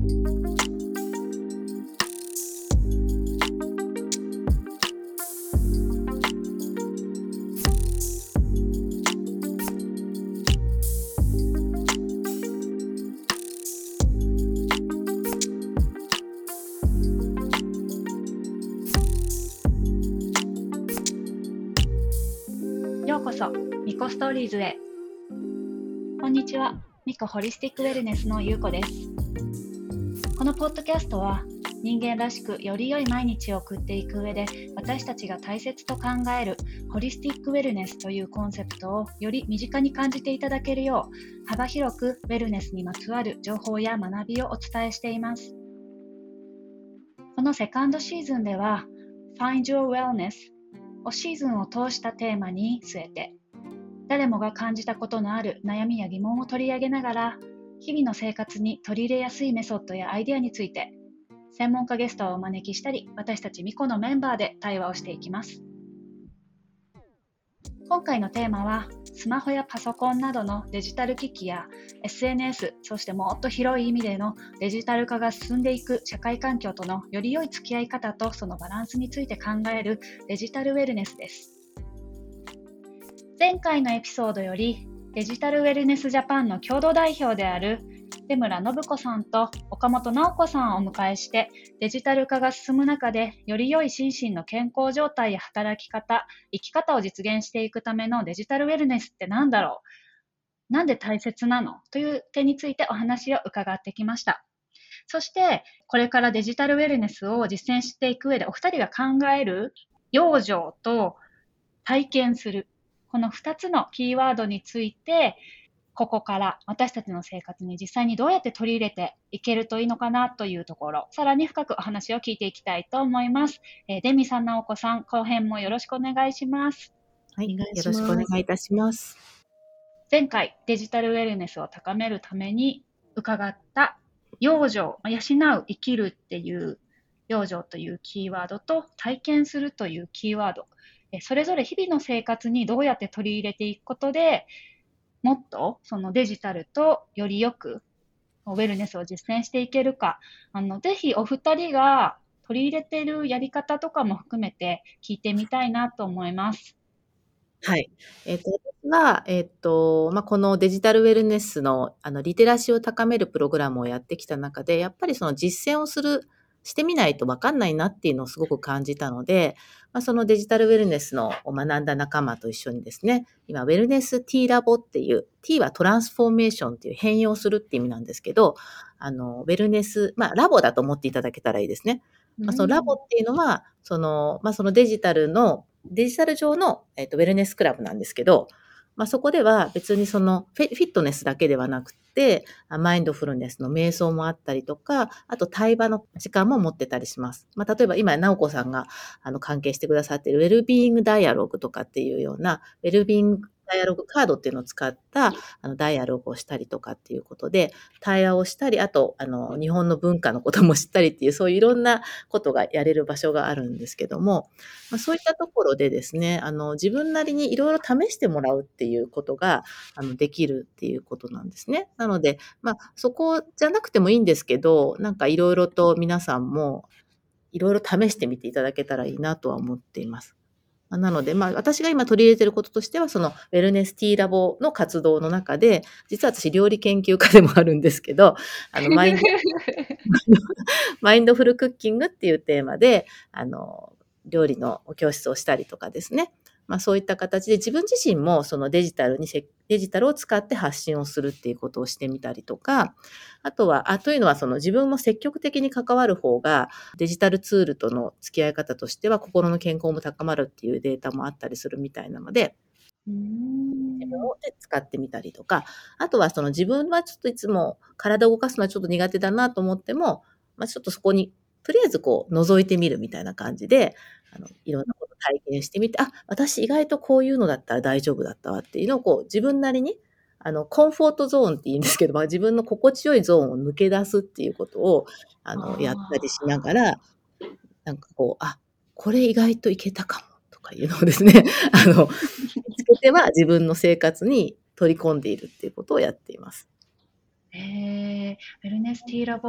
ようこそミコストーリーズへ。こんにちは、ミコホリスティックウェルネスのゆうこです。このポッドキャストは人間らしくより良い毎日を送っていく上で私たちが大切と考えるホリスティックウェルネスというコンセプトをより身近に感じていただけるよう幅広くウェルネスにまつわる情報や学びをお伝えしています。このセカンドシーズンでは Find Your Wellnessをシーズンを通したテーマに据えて、誰もが感じたことのある悩みや疑問を取り上げながら、日々の生活に取り入れやすいメソッドやアイデアについて、専門家ゲストをお招きしたり、私たちミコのメンバーで対話をしていきます。今回のテーマは、スマホやパソコンなどのデジタル機器や SNS、そしてもっと広い意味でのデジタル化が進んでいく社会環境とのより良い付き合い方とそのバランスについて考えるデジタルウェルネスです。前回のエピソードよりデジタルウェルネスジャパンの共同代表である出村信子さんと岡本直子さんをお迎えしてデジタル化が進む中でより良い心身の健康状態や働き方、生き方を実現していくためのデジタルウェルネスって何だろう、なんで大切なのという点についてお話を伺ってきました。そしてこれからデジタルウェルネスを実践していく上でお二人が考える養生と体験する、この2つのキーワードについてここから私たちの生活に実際にどうやって取り入れていけるといいのかなというところ、さらに深くお話を聞いていきたいと思います。デミさん、直子さん、後編もよろしくお願いします。 はい、よろしくお願いいたします。 前回デジタルウェルネスを高めるために伺った養生、養う、生きるっていう養生というキーワードと体験するというキーワード、それぞれ日々の生活にどうやって取り入れていくことでもっとそのデジタルとよりよくウェルネスを実践していけるか、ぜひお二人が取り入れているやり方とかも含めて聞いてみたいなと思います。 はい。私は、このデジタルウェルネスの、リテラシーを高めるプログラムをやってきた中で、やっぱりその実践をしてみないと分かんないなっていうのをすごく感じたので、そのデジタルウェルネスのを学んだ仲間と一緒にですね、今、ウェルネス T ラボっていう、T はトランスフォーメーションっていう変容するっていう意味なんですけど、ウェルネス、ラボだと思っていただけたらいいですね。そのラボっていうのは、そのデジタル上の、ウェルネスクラブなんですけど、そこでは別にそのフィットネスだけではなくて、マインドフルネスの瞑想もあったりとか、あと対話の時間も持ってたりします。例えば今、直子さんが関係してくださっているウェルビーイングダイアログとかっていうような、ウェルビーイングダイアログカードっていうのを使ったダイアログをしたりとかっていうことで、対話をしたり、あと日本の文化のことも知ったりっていう、そういういろんなことがやれる場所があるんですけども、そういったところでですね、自分なりにいろいろ試してもらうっていうことができるっていうことなんですね。なので、そこじゃなくてもいいんですけど、なんかいろいろと皆さんもいろいろ試してみていただけたらいいなとは思っています。なので、私が今取り入れていることとしては、そのウェルネス T ラボの活動の中で、実は私料理研究家でもあるんですけど、マインドフルクッキングっていうテーマで、料理の教室をしたりとかですね。そういった形で自分自身もそのデジタルを使って発信をするっていうことをしてみたりとか、あとは、というのはその自分も積極的に関わる方がデジタルツールとの付き合い方としては心の健康も高まるっていうデータもあったりするみたいなので、自分を使ってみたりとか、あとはその自分はちょっといつも体を動かすのはちょっと苦手だなと思っても、ちょっとそこにとりあえず覗いてみるみたいな感じで、いろんなこと体験してみて、私意外とこういうのだったら大丈夫だったわっていうのを自分なりに、コンフォートゾーンって言うんですけど、自分の心地よいゾーンを抜け出すっていうことを、やったりしながら、なんかこれ意外といけたかもとかいうのをですね、見つけては自分の生活に取り込んでいるっていうことをやっています。 ウェルネス T ラボ、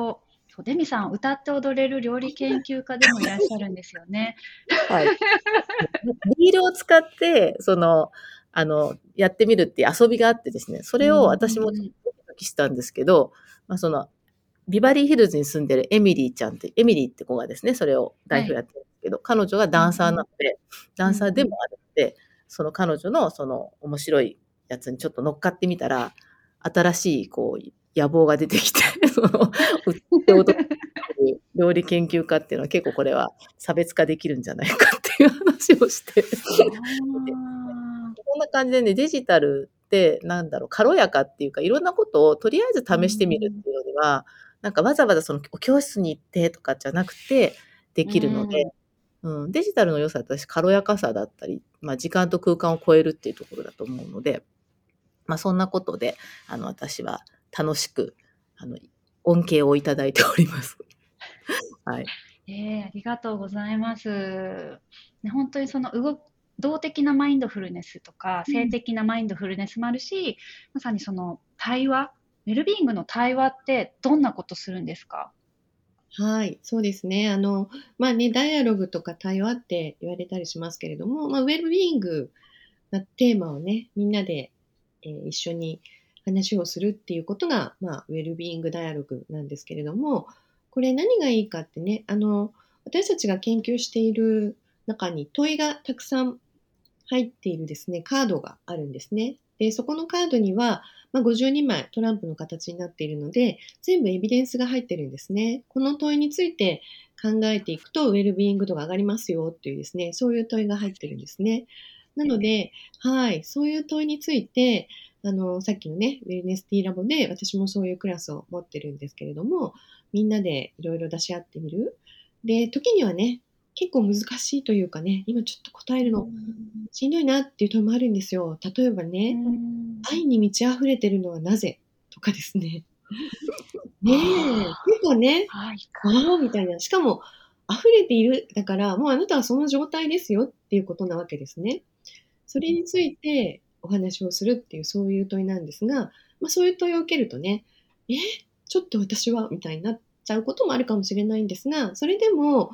そう、デミさん、歌って踊れる料理研究家でもいらっしゃるんですよね。 はい。リールを使って、やってみるっていう遊びがあってですね、それをう私もん。 ドキドキしたんですけど、ビバリーヒルズに住んでるエミリーって子がですね、それを代はい。 表やってるんですけど、彼女がダンサーなうんので、ダうん。 ンサーでもあるので、その彼女のその面白いやつにちょっと乗っかってみたら、新しいこう野望が出てきて、売って踊ってる料理研究家っていうのは結構これは差別化できるんじゃないかっていう話をして、 あであ。 こんな感じでね、デジタルってなんだろう、軽やかっていうか、いろんなことをとりあえずう試してみるん。 っていうのでは、なんかわざわざその教室に行ってとかじゃなくてでうきるので、 ん。 デジタルの良さって私軽やかさだったり、時間と空間を超えるっていうところだと思うので、そんなことで、私は楽しく、あの、恩恵をいただいております。はい。 ありがとうございます。ね、本当にその動的なマインドフルネスとか、性うん。 的なマインドフルネスもあるし、まさにその対話、ウェルビーイングの対話ってどんなことするんですか？ はい、そうですね。ダイアログとか対話って言われたりしますけれども、ウェルビーイングなテーマをね、みんなで、一緒に話をするっていうことが、ウェルビーイングダイアログなんですけれども、これ何がいいかってね、私たちが研究している中に問いがたくさん入っているですね、カードがあるんですね。で、そこのカードには、52枚トランプの形になっているので、全部エビデンスが入ってるんですね。この問いについて考えていくと、ウェルビーイング度が上がりますよっていうですね、そういう問いが入ってるんですね。なので、はい、そういう問いについて、さっきのね、ウェルネスティーラボで私もそういうクラスを持ってるんですけれども、みんなでいろいろ出し合ってみる。で、時にはね、結構難しいというかね、今ちょっと答えるうのん。 しんどいなっていう問いもあるんですよ。例えばうね、 ん。 愛に満ち溢れてるのはなぜとかですね。ねえ、 あ結構ね、 あ、はいか。 ああ、みたいな。しかも、溢れている、だから、もうあなたはその状態ですよっていうことなわけですね。それについてお話をするっていう、そういう問いなんですが、そういう問いを受けるとね、え、ちょっと私はみたいになっちゃうこともあるかもしれないんですが、それでもうん。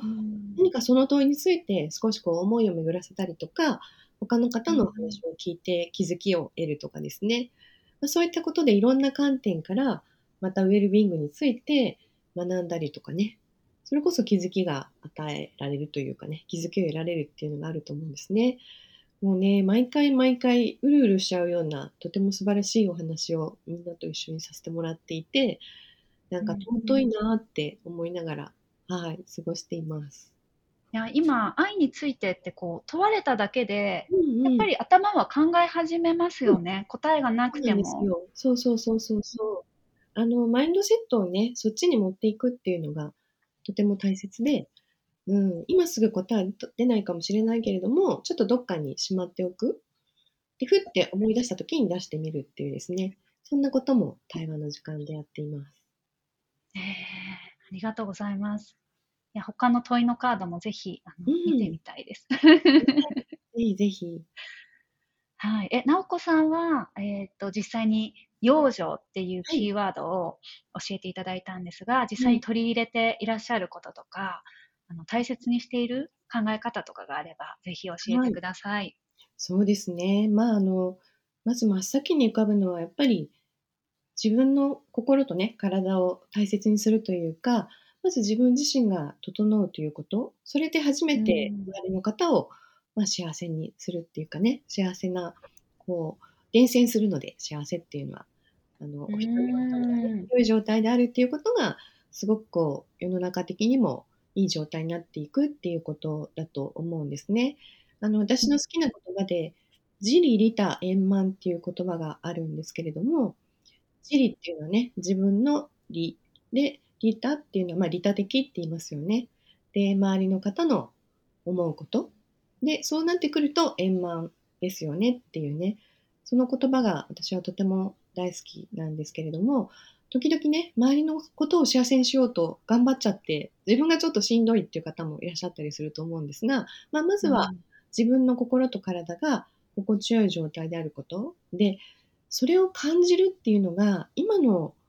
何かその問いについて少しこう思いを巡らせたりとか、他の方のおうん。 話を聞いて気づきを得るとかですね。そういったことでいろんな観点から、またウェルビーイングについて学んだりとかね、それこそ気づきが与えられるというかね、気づきを得られるっていうのがあると思うんですね。もうね、毎回毎回うるうるしちゃうような、とても素晴らしいお話をみんなと一緒にさせてもらっていて、なんかうん。 尊いなって思いながら、はい、過ごしています。 いや、今、愛についてってこう問われただけで、 うんうん。 やっぱり頭は考え始めますうん、 よね。答えがなくそうなんですても。 よ。そうそうそうそうそう。マインドセットをね、そっちに持っていくっていうのがとても大切で、今すぐ答え出ないかもしれないけれども、ちょっとどっかにしまっておく。で、ふって思い出した時に出してみるっていうですね、そんなことも対話の時間でやっています。 ありがとうございます。いや、他の問いのカードもぜひ、 う見てん。 みたいです。 ぜひぜひ。 はい。直子さんは、実際に養生っていうはい。 キーワードを教えていただいたんですが、実はい。 際に取り入れていらっしゃることとか、大切にしている考え方とかがあれば、ぜひ教えてはい。 ください。 そうですね。まず真っ先に浮かぶのはやっぱり自分の心とね、体を大切にするというか、まず自分自身が整うということ、それで初うめてん。 周りの方を、幸せにするっていうかね、幸せな、伝染するので、幸せっていうのは、 うお一人お一人がね、 ん。 良い状態であるっていうことが、すごく世の中的にもいい状態になっていくっていうことだと思うんですね。私の好きな言葉で、自利利他円満っていう言葉があるんですけれども、自利っていうのはね、自分の利。で、利他っていうのは、利他的って言いますよね。で、周りの方の思うこと。で、そうなってくると円満ですよねっていうね。その言葉が私はとても大好きなんですけれども、時々ね、周りのことを幸せにしようと頑張っちゃって、自分がちょっとしんどいっていう方もいらっしゃったりすると思うんですが、まずはうん。 自分の心と体が心地よい状態であること。で、それを感じるっていうのが、今の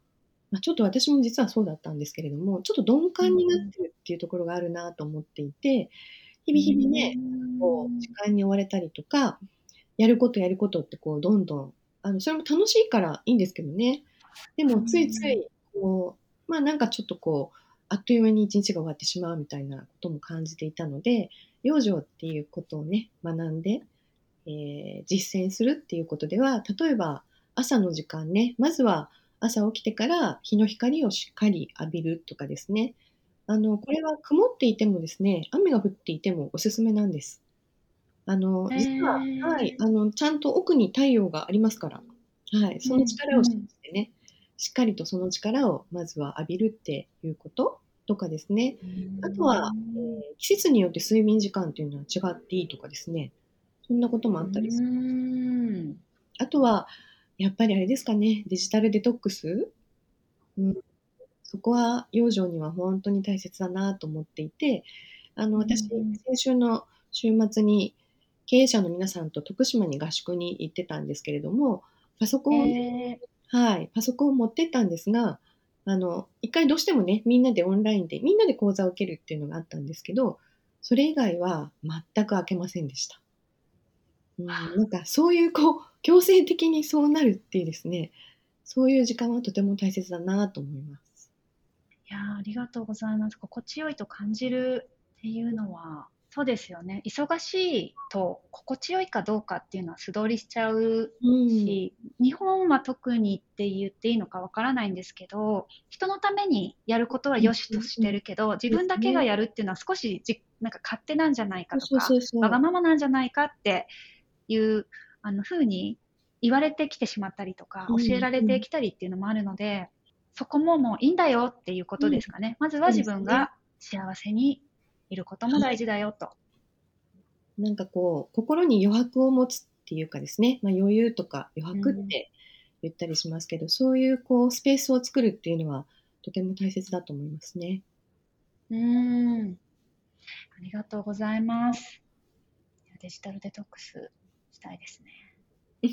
ちょっと私も実はそうだったんですけれども、ちょっと鈍感になってるっていうところがあるなと思っていて、日々日々ね、時間に追われたりとか、やることってどんどん、それも楽しいからいいんですけどね。でもついつい、なんかちょっとあっという間に一日が終わってしまうみたいなことも感じていたので、養生っていうことをね、学んで、実践するっていうことでは、例えば朝の時間ね、まずは朝起きてから日の光をしっかり浴びるとかですね。これは曇っていてもですね、雨が降っていてもおすすめなんです。実ははい、ちゃんと奥に太陽がありますから、はい、その力を信じてね、しっかりとその力をまずは浴びるっていうこととかですね。あとは、季節によって睡眠時間っていうのは違っていいとかですね、そんなこともあったりする。あとは、やっぱりあれですかね、デジタルデトックス？そこは養生にはほんとに大切だなと思っていて、私、先週の週末に経営者の皆さんと徳島に合宿に行ってたんですけれども、パソコンをねはい、パソコンを持ってったんですが、一回どうしてもね、みんなでオンラインで、みんなで講座を受けるっていうのがあったんですけど、それ以外は全く開けませんでした。なんかそういう強制的にそうなるっていうですね、そういう時間はとても大切だなと思います。 いやありがとうございます。心地よいと感じるっていうのは、そうですよね。忙しいと心地よいかどうかっていうのは素通りしちゃうし、日本は特にって言っていいのかわからないんですけど、人のためにやることは良しとしてるけど、自分だけがやるっていうのは少しなんか勝手なんじゃないかとか、わがままなんじゃないかっていう風に言われてきてしまったりとか、教えられてきたりっていうのもあるので、そこももういいんだよっていうことですかね。まずは自分が幸せにいることも大事だよと。 なんか心に余白を持つっていうかですね、余裕とか余白って言ったりしますけど、そういうスペースを作るっていうのはとても大切だと思いますね。 ありがとうございます。デジタルデトックスしたいですね。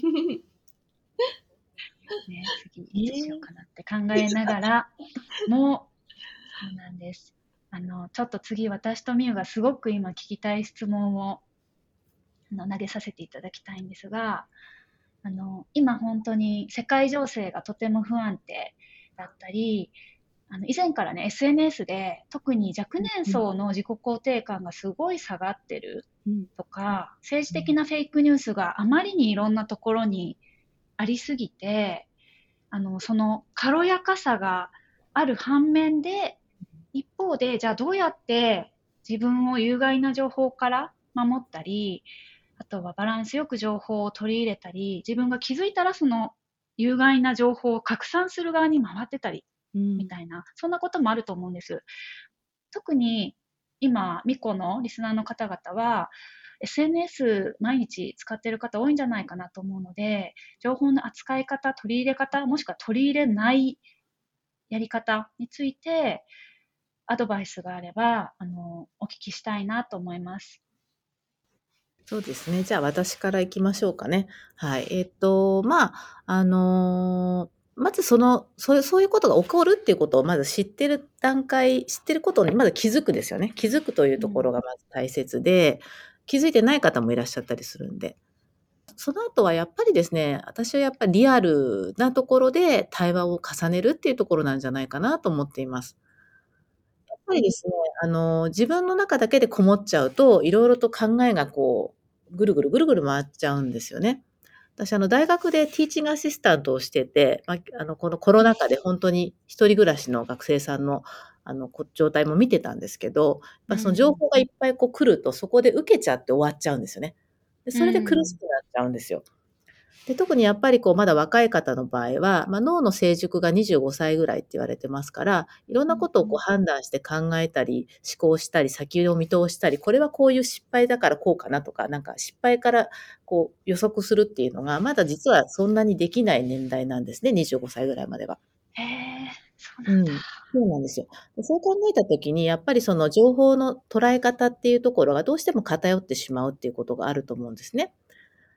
次いつしようかなって考えながらも、そうなんです。ちょっと次私とみゆがすごく今聞きたい質問を投げさせていただきたいんですが、今本当に世界情勢がとても不安定だったり、以前からね、SNS で特に若年層の自己肯定感がすごい下がってるとか、政治的なフェイクニュースがあまりにいろんなところにありすぎて、その軽やかさがある反面で、一方で、じゃあどうやって自分を有害な情報から守ったり、あとはバランスよく情報を取り入れたり、自分が気づいたらその有害な情報を拡散する側に回ってたり、みたいな、そんなこともあると思うんです。特に今、ミコのリスナーの方々は、SNS 毎日使ってる方多いんじゃないかなと思うので、情報の扱い方、取り入れ方、もしくは取り入れないやり方について、アドバイスがあれば、お聞きしたいなと思います。 そうですね。じゃあ私から行きましょうかね。はい。まずそういうことが起こるっていうことをまず知ってることにまず気づくですよね。気づくというところがまず大切で、気づいてない方もいらっしゃったりするんで。その後はやっぱりですね、私はやっぱりリアルなところで対話を重ねるっていうところなんじゃないかなと思っています。やっぱりですね、自分の中だけでこもっちゃうと、いろいろと考えがぐるぐるぐるぐる回っちゃうんですよね。私大学でティーチングアシスタントをしてて、このコロナ禍で本当に一人暮らしの学生さんの、状態も見てたんですけど、その情報がいっぱい来ると、そこで受けちゃって終わっちゃうんですよね。で、それで苦しくなっちゃうんですよ。で、特にやっぱりまだ若い方の場合は、脳の成熟が25歳ぐらいって言われてますから、いろんなことを判断して考えたり、思考したり、先を見通したり、これはこういう失敗だからこうかなとか、なんか失敗から予測するっていうのが、まだ実はそんなにできない年代なんですね、25歳ぐらいまでは。 へえ、そうなんだ。 そうなんですよ。そう考えたときに、やっぱりその情報の捉え方っていうところがどうしても偏ってしまうっていうことがあると思うんですね。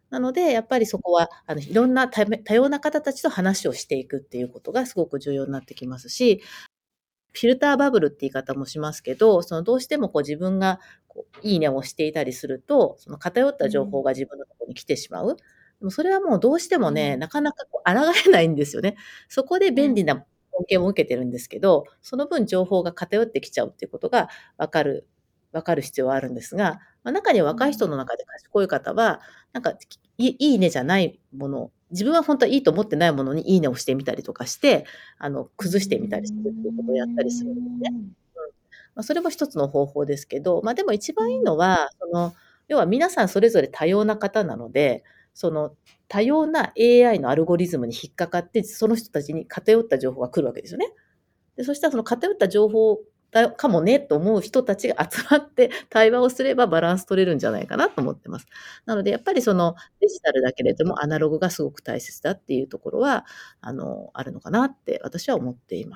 なので、やっぱりそこは、いろんな多様な方たちと話をしていくっていうことがすごく重要になってきますし、フィルターバブルって言い方もしますけど、どうしても自分がいいねをしていたりすると、その偏った情報が自分のところに来てしまう。でもそれはもうどうしてもね、なかなか抗えないんですよね。そこで便利な恩恵を受けてるんですけど、その分情報が偏ってきちゃうっていうことが分かる必要はあるんですが、中には若い人の中で賢い方は、なんか、いいねじゃないもの、自分は本当はいいと思ってないものにいいねをしてみたりとかして、崩してみたりするっていうことをやったりするんですね。それも一つの方法ですけど、でも一番いいのは、要は皆さんそれぞれ多様な方なので、多様な AI のアルゴリズムに引っかかって、その人たちに偏った情報が来るわけですよね。で、そしたらその偏った情報だかもねと思う人たちが集まって対話をすればバランス取れるんじゃないかなと思ってます。なのでやっぱりデジタルだけれどもアナログがすごく大切だっていうところは、あるのかなって私は思っています。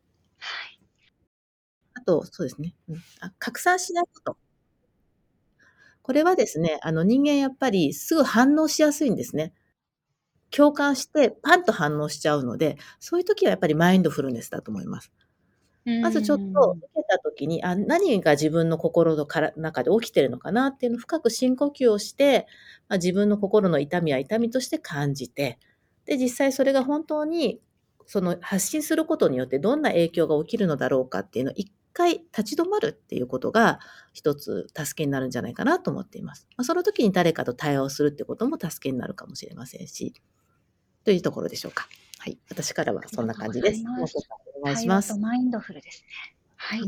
あと、そうですね。拡散しないこと。これはですね、人間やっぱりすぐ反応しやすいんですね。共感してパンと反応しちゃうので、そういう時はやっぱりマインドフルネスだと思います。まずちょっと受けた時に、何が自分の心の中で起きてるのかなっていうのを深く深呼吸をして、自分の心の痛みは痛みとして感じて、で、実際それが本当に発信することによってどんな影響が起きるのだろうかっていうのを一回立ち止まるっていうことが一つ助けになるんじゃないかなと思っています。その時に誰かと対話をするってことも助けになるかもしれませんし、というところでしょうか。はい。私からはそんな感じです。もうちょっとお願いします。 対話とマインドフルですね。はい。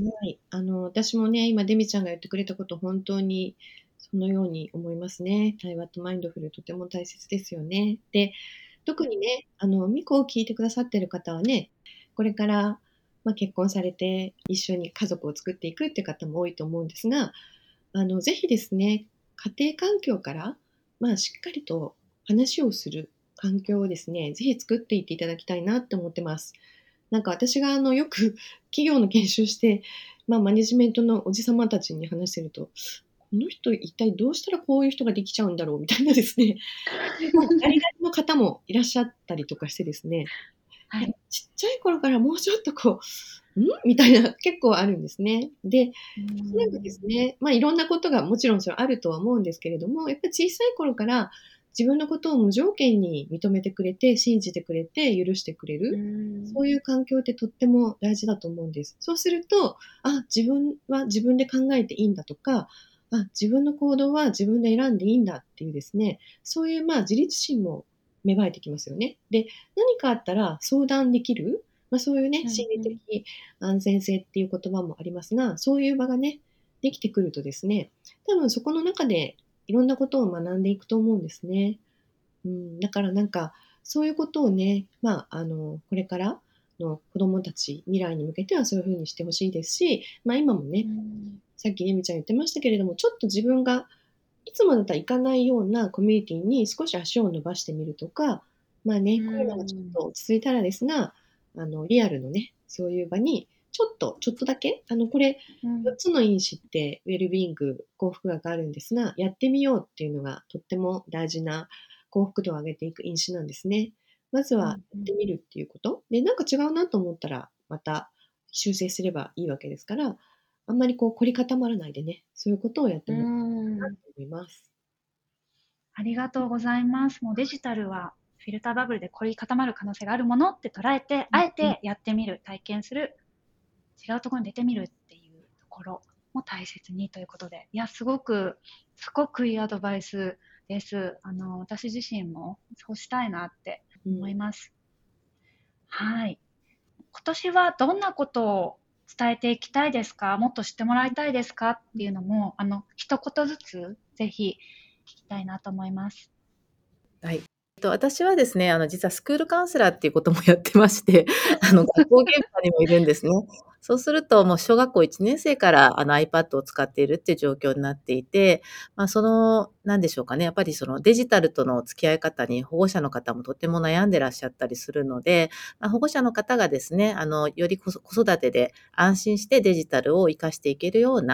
私もね、今デミちゃんが言ってくれたこと、本当にそのように思いますね。対話とマインドフル、とても大切ですよね。で、特にね、ミコを聞いてくださってる方はね、これから、結婚されて一緒に家族を作っていくっていう方も多いと思うんですが、ぜひですね、家庭環境から、しっかりと話をする環境をですね、ぜひ作っていっていただきたいなって思ってます。なんか私がよく企業の研修して、マネジメントのおじさまたちに話してると、この人一体どうしたらこういう人ができちゃうんだろうみたいなですね、ガリガリの方もいらっしゃったりとかしてですね、 はい。 ちっちゃい頃からもうちょっとみたいな結構あるんですね。で、なんかですね、いろんなことがもちろんそれあるとは思うんですけれども、やっぱり小さい頃から自分のことを無条件に認めてくれて、信じてくれて、許してくれる、そういう環境ってとっても大事だと思うんです。そうすると、自分は自分で考えていいんだとか、自分の行動は自分で選んでいいんだっていうですね、そういう自立心も芽生えてきますよね。で、何かあったら相談できる、そういうね、心理的安全性っていう言葉もありますが、そういう場がね、できてくるとですね、多分そこの中でいろんなことを学んでいくと思うんですね。だからなんか、そういうことをね、これからの子供たち、未来に向けてはそういうふうにしてほしいですし、今もね、さっきゆみちゃん言ってましたけれども、ちょっと自分がいつもだったら行かないようなコミュニティに少し足を伸ばしてみるとか、コロナがちょっと落ち着いたらですが、リアルのね、そういう場にちょっとだけ、これ4つの因子ってウェルビーイング、幸福学あるんですが、やってみようっていうのがとっても大事な幸福度を上げていく因子なんですね。まずはやってみるっていうこと。で、なんか違うなと思ったら、また修正すればいいわけですから、あんまり凝り固まらないでね、そういうことをやってもらいたいなと思います。 ありがとうございます。もうデジタルはフィルターバブルで凝り固まる可能性があるものって捉えて、あえてやってみる、体験する、違うところに出てみるっていうところも大切にということで、いや、すごくいいアドバイスです。私自身もそうしたいなって思います。はい。今年はどんなことを伝えていきたいですか？もっと知ってもらいたいですか？っていうのも、一言ずつぜひ聞きたいなと思います。 はい。私はですね、実はスクールカウンセラーっていうこともやってまして、学校現場にもいるんですね。そうすると、もう小学校1年生から、iPad を使っているっていう状況になっていて、なんでしょうかね、やっぱりデジタルとの付き合い方に保護者の方もとても悩んでらっしゃったりするので、保護者の方がですね、より子育てで安心してデジタルを活かしていけるような、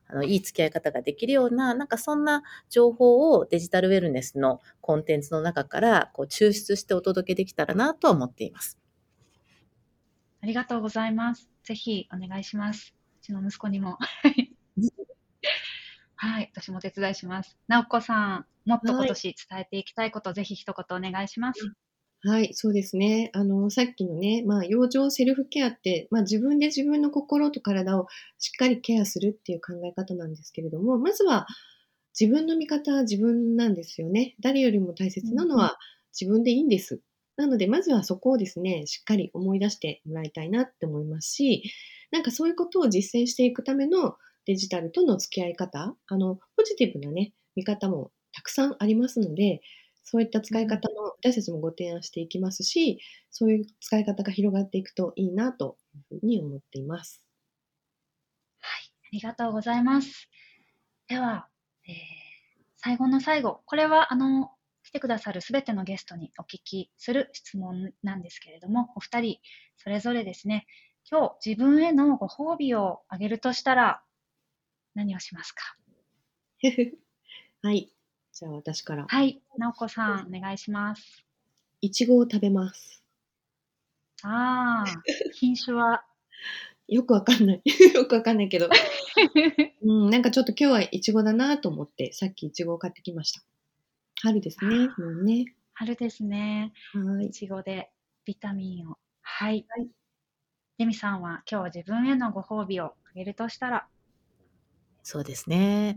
いい付き合い方ができるような、なんかそんな情報をデジタルウェルネスのコンテンツの中から抽出してお届けできたらなとは思っています。 ありがとうございます。ぜひお願いします。うちの息子にも。はい、私もお手伝いします。直子さん、もっと今年伝えていきたいこと、ぜひ一言お願いします。 はい、そうですね。さっきのね、養生セルフケアって、自分で自分の心と体をしっかりケアするっていう考え方なんですけれども、まずは自分の味方は自分なんですよね。誰よりも大切なのは自分でいいんです。なので、まずはそこをですね、しっかり思い出してもらいたいなって思いますし、なんかそういうことを実践していくためのデジタルとの付き合い方、ポジティブなね、見方もたくさんありますので、そういった使い方も私たちもご提案していきますし、そういう使い方が広がっていくといいなというふうに思っています。 はい、ありがとうございます。では、最後の最後、これは来てくださるすべてのゲストにお聞きする質問なんですけれども、お二人それぞれですね、今日自分へのご褒美をあげるとしたら何をしますか？ はい。じゃあ私から。 はい、直子さんお願いします。 いちごを食べます。 品種はよくわかんない。よくわかんないけど。なんかちょっと今日はいちごだなと思って、さっきいちごを買ってきました。春ですね。もうね。 春ですね。 はい。 いちごでビタミンを。はい。デミさんは今日は自分へのご褒美をあげるとしたら？ そうですね。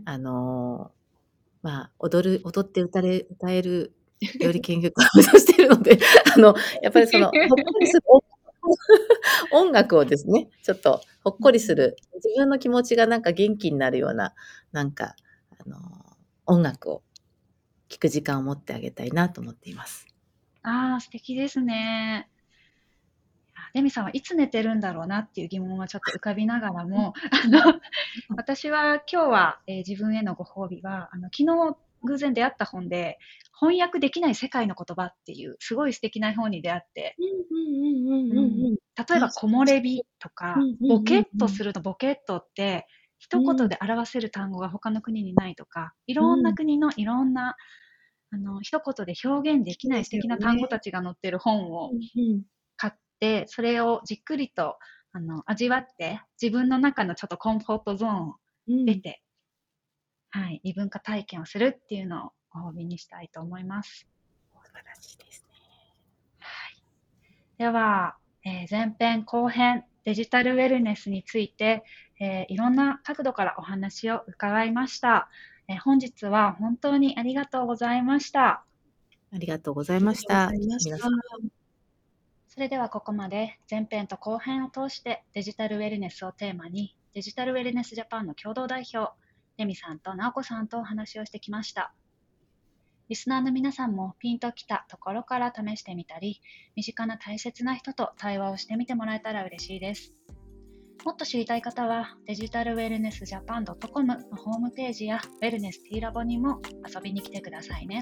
踊って歌える料理研究家を目指しているので、やっぱりほっこりする音楽をですね、ちょっとほっこりする、自分の気持ちがなんか元気になるような、なんか、音楽を聴く時間を持ってあげたいなと思っています。 素敵ですね。デミさんはいつ寝てるんだろうなっていう疑問はちょっと浮かびながらも、私は今日は、自分へのご褒美は、昨日偶然出会った本で、翻訳できない世界の言葉っていう、すごい素敵な本に出会って、例えば木漏れ日とか、ボケッとするのボケットって、一言で表せる単語が他の国にないとか、いろんな国のいろんな、一言で表現できない素敵な単語たちが載ってる本を買って、それをじっくりと味わって、自分の中のちょっとコンフォートゾーンを出て、はい、異文化体験をするっていうのをご褒美にしたいと思います。 素晴らしいですね。 はい。では、前編後編デジタルウェルネスについて、いろんな角度からお話を伺いました。本日は本当にありがとうございました。 ありがとうございました。 皆さん。 それではここまで前編と後編を通してデジタルウェルネスをテーマにデジタルウェルネスジャパンの共同代表レミさんと直子さんとお話をしてきました。リスナーの皆さんもピンときたところから試してみたり、身近な大切な人と対話をしてみてもらえたら嬉しいです。もっと知りたい方はデジタルウェルネスジャパン .com のホームページやウェルネス T ラボにも遊びに来てくださいね。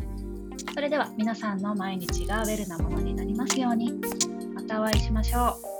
それでは皆さんの毎日がウェルなものになりますように。またお会いしましょう。